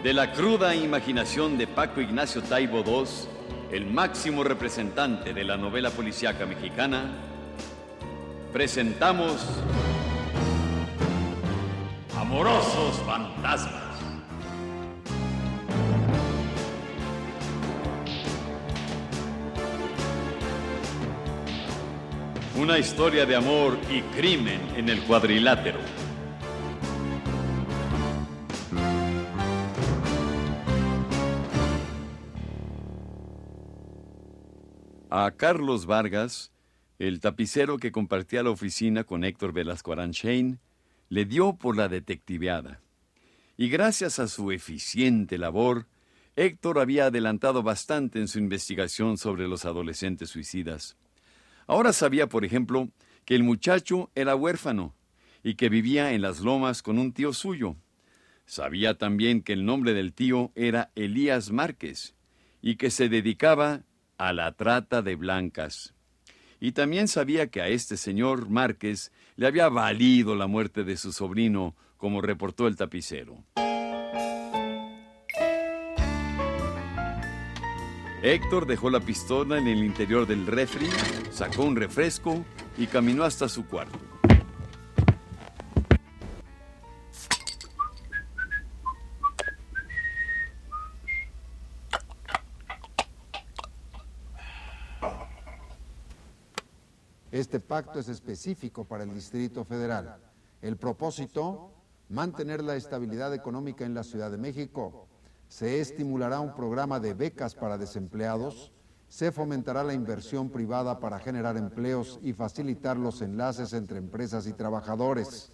De la cruda imaginación de Paco Ignacio Taibo II, el máximo representante de la novela policíaca mexicana, presentamos Amorosos Fantasmas. Una historia de amor y crimen en el cuadrilátero. A Carlos Vargas, el tapicero que compartía la oficina con Héctor Velasco Aranchain, le dio por la detectiveada. Y gracias a su eficiente labor, Héctor había adelantado bastante en su investigación sobre los adolescentes suicidas. Ahora sabía, por ejemplo, que el muchacho era huérfano y que vivía en las lomas con un tío suyo. Sabía también que el nombre del tío era Elías Márquez y que se dedicaba a la trata de blancas. Y también sabía que a este señor Márquez le había valido la muerte de su sobrino, como reportó el tapicero. Héctor dejó la pistola en el interior del refri, sacó un refresco y caminó hasta su cuarto. Este pacto es específico para el Distrito Federal. El propósito, mantener la estabilidad económica en la Ciudad de México. Se estimulará un programa de becas para desempleados, se fomentará la inversión privada para generar empleos y facilitar los enlaces entre empresas y trabajadores.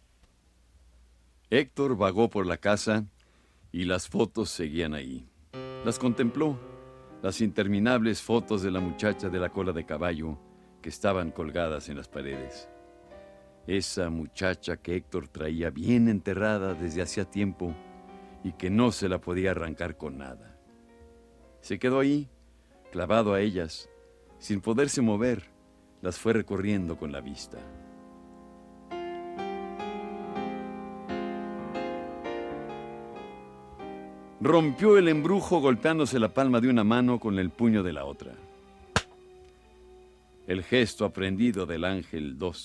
Héctor vagó por la casa y las fotos seguían ahí. Las contempló, las interminables fotos de la muchacha de la cola de caballo que estaban colgadas en las paredes. Esa muchacha que Héctor traía bien enterrada desde hacía tiempo y que no se la podía arrancar con nada. Se quedó ahí, clavado a ellas, sin poderse mover, las fue recorriendo con la vista. Rompió el embrujo golpeándose la palma de una mano con el puño de la otra. El gesto aprendido del Ángel II.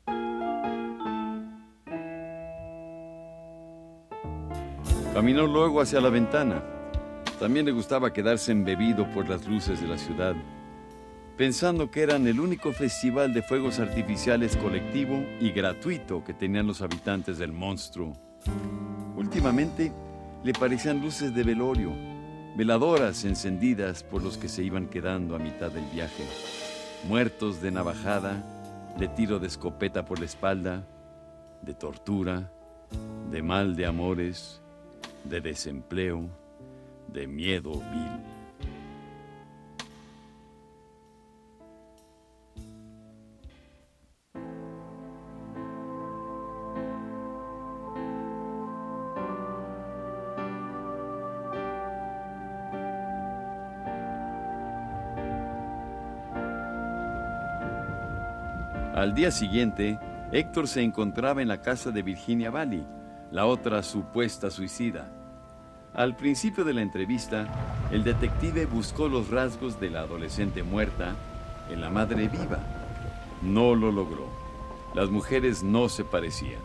Caminó luego hacia la ventana. También le gustaba quedarse embebido por las luces de la ciudad, pensando que eran el único festival de fuegos artificiales colectivo y gratuito que tenían los habitantes del monstruo. Últimamente le parecían luces de velorio, veladoras encendidas por los que se iban quedando a mitad del viaje. Muertos de navajada, de tiro de escopeta por la espalda, de tortura, de mal de amores, de desempleo, de miedo vil. Al día siguiente, Héctor se encontraba en la casa de Virginia Valli, la otra supuesta suicida. Al principio de la entrevista, el detective buscó los rasgos de la adolescente muerta en la madre viva. No lo logró. Las mujeres no se parecían.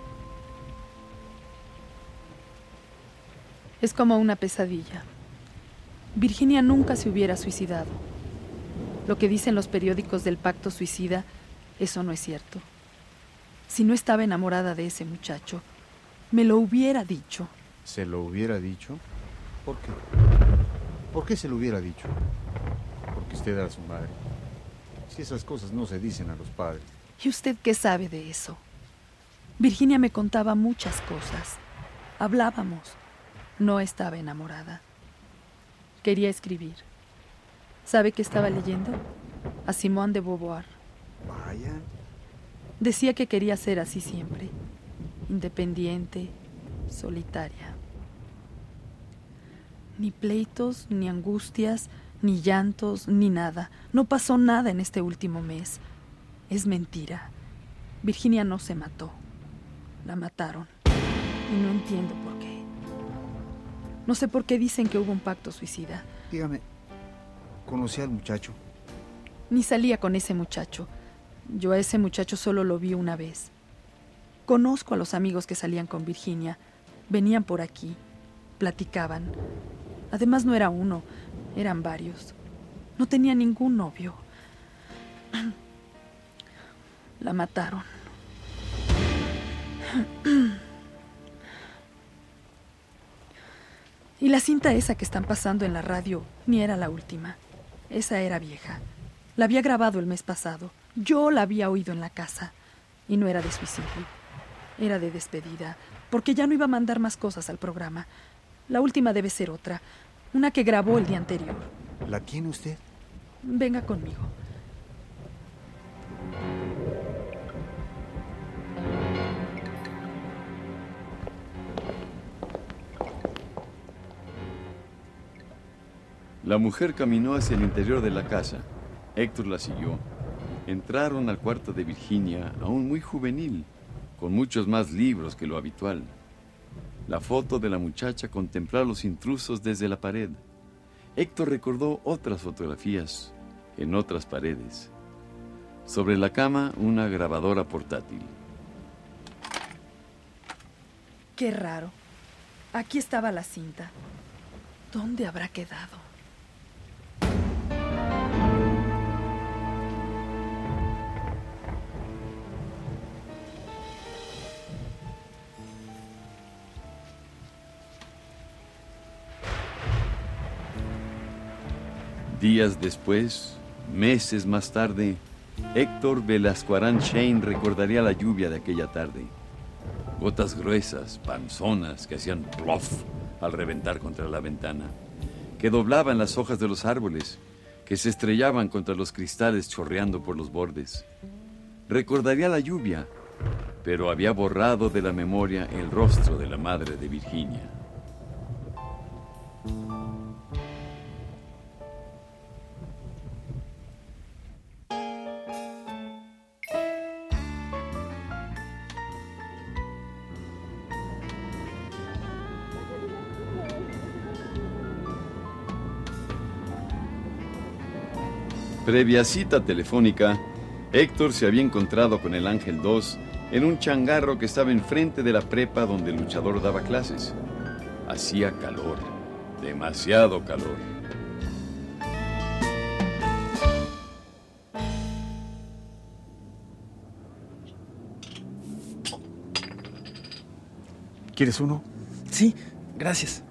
Es como una pesadilla. Virginia nunca se hubiera suicidado. Lo que dicen los periódicos del pacto suicida, eso no es cierto. Si no estaba enamorada de ese muchacho, me lo hubiera dicho. ¿Se lo hubiera dicho? ¿Por qué? ¿Por qué se lo hubiera dicho? Porque usted era su madre. Si esas cosas no se dicen a los padres. ¿Y usted qué sabe de eso? Virginia me contaba muchas cosas. Hablábamos. No estaba enamorada. Quería escribir. ¿Sabe qué estaba leyendo? A Simone de Beauvoir. Vaya. Decía que quería ser así siempre. Independiente, solitaria. Ni pleitos, ni angustias, ni llantos, ni nada. No pasó nada en este último mes. Es mentira. Virginia no se mató. La mataron. Y no entiendo por qué. No sé por qué dicen que hubo un pacto suicida. Dígame, ¿conocí al muchacho? Ni salía con ese muchacho. Yo a ese muchacho solo lo vi una vez. Conozco a los amigos que salían con Virginia. Venían por aquí, platicaban. Además no era uno, eran varios. No tenía ningún novio. La mataron. Y la cinta esa que están pasando en la radio ni era la última. Esa era vieja. La había grabado el mes pasado. Yo la había oído en la casa. Y no era de suicidio. Era de despedida, porque ya no iba a mandar más cosas al programa. La última debe ser otra, una que grabó el día anterior. ¿La tiene usted? Venga conmigo. La mujer caminó hacia el interior de la casa. Héctor la siguió. Entraron al cuarto de Virginia, aún muy juvenil, con muchos más libros que lo habitual. La foto de la muchacha contemplaba a los intrusos desde la pared. Héctor recordó otras fotografías en otras paredes. Sobre la cama, una grabadora portátil. Qué raro. Aquí estaba la cinta. ¿Dónde habrá quedado? Días después, meses más tarde, Héctor Velasco Arán-Shane recordaría la lluvia de aquella tarde. Gotas gruesas, panzonas, que hacían plof al reventar contra la ventana, que doblaban las hojas de los árboles, que se estrellaban contra los cristales chorreando por los bordes. Recordaría la lluvia, pero había borrado de la memoria el rostro de la madre de Virginia. Previa cita telefónica, Héctor se había encontrado con el Ángel 2 en un changarro que estaba enfrente de la prepa donde el luchador daba clases. Hacía calor, demasiado calor. ¿Quieres uno? Sí, gracias.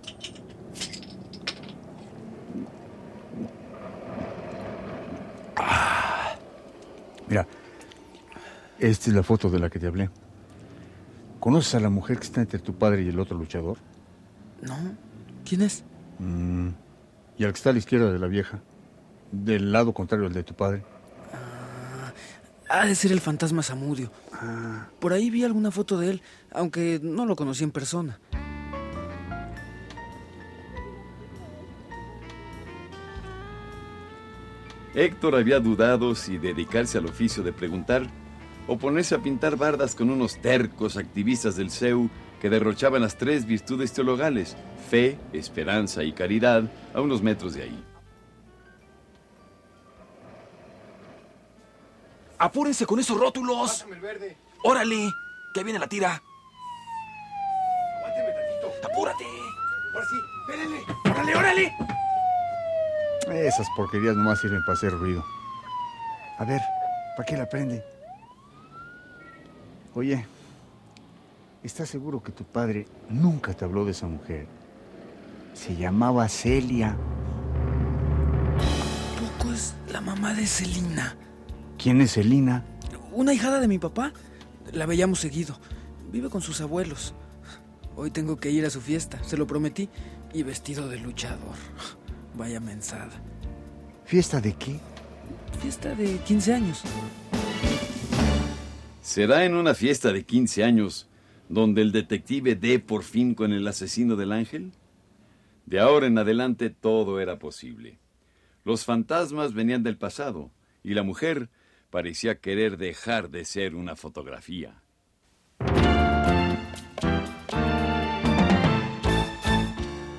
Mira, esta es la foto de la que te hablé. ¿Conoces a la mujer que está entre tu padre y el otro luchador? No, ¿quién es? Y al que está a la izquierda de la vieja, del lado contrario al de tu padre. Ha de ser el fantasma Zamudio. Por ahí vi alguna foto de él, aunque no lo conocí en persona. Héctor había dudado si dedicarse al oficio de preguntar o ponerse a pintar bardas con unos tercos activistas del CEU que derrochaban las 3 virtudes teologales, fe, esperanza y caridad, a unos metros de ahí. ¡Apúrense con esos rótulos! Pásame el verde. ¡Órale! ¡Que viene la tira! Aguánteme tantito. ¡Apúrate! Ahora sí, espérenle. ¡Órale, órale! Esas porquerías nomás sirven para hacer ruido. A ver, ¿para qué la prende? Oye, ¿estás seguro que tu padre nunca te habló de esa mujer? Se llamaba Celia. ¿Poco es la mamá de Celina? ¿Quién es Celina? Una hijada de mi papá. La veíamos seguido. Vive con sus abuelos. Hoy tengo que ir a su fiesta, se lo prometí. Y vestido de luchador. Vaya mensada. ¿Fiesta de qué? Fiesta de 15 años. ¿Será en una fiesta de 15 años donde el detective dé por fin con el asesino del ángel? De ahora en adelante todo era posible. Los fantasmas venían del pasado y la mujer parecía querer dejar de ser una fotografía.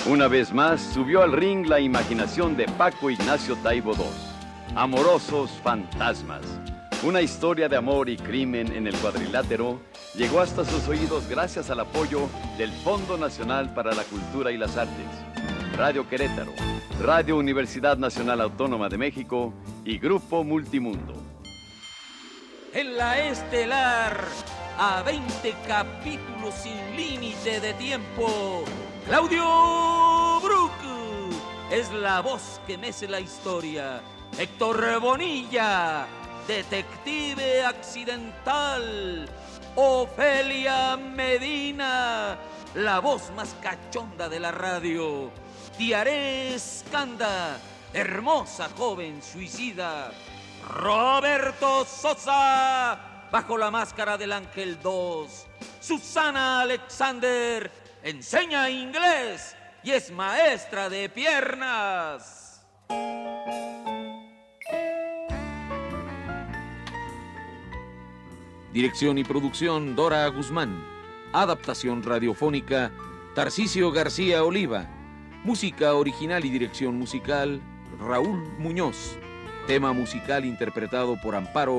Una vez más subió al ring la imaginación de Paco Ignacio Taibo II. Amorosos fantasmas. Una historia de amor y crimen en el cuadrilátero llegó hasta sus oídos gracias al apoyo del Fondo Nacional para la Cultura y las Artes, Radio Querétaro, Radio Universidad Nacional Autónoma de México y Grupo Multimundo. En la estelar, a 20 capítulos sin límite de tiempo, Claudio Brook es la voz que mece la historia. Héctor Bonilla, detective accidental. Ofelia Medina, la voz más cachonda de la radio. Tiaré Escanda, hermosa joven suicida. Roberto Sosa, bajo la máscara del Ángel 2. Susana Alexander, enseña inglés y es maestra de piernas. Dirección y producción Dora Guzmán. Adaptación radiofónica Tarcisio García Oliva. Música original y dirección musical Raúl Muñoz. Tema musical interpretado por Amparo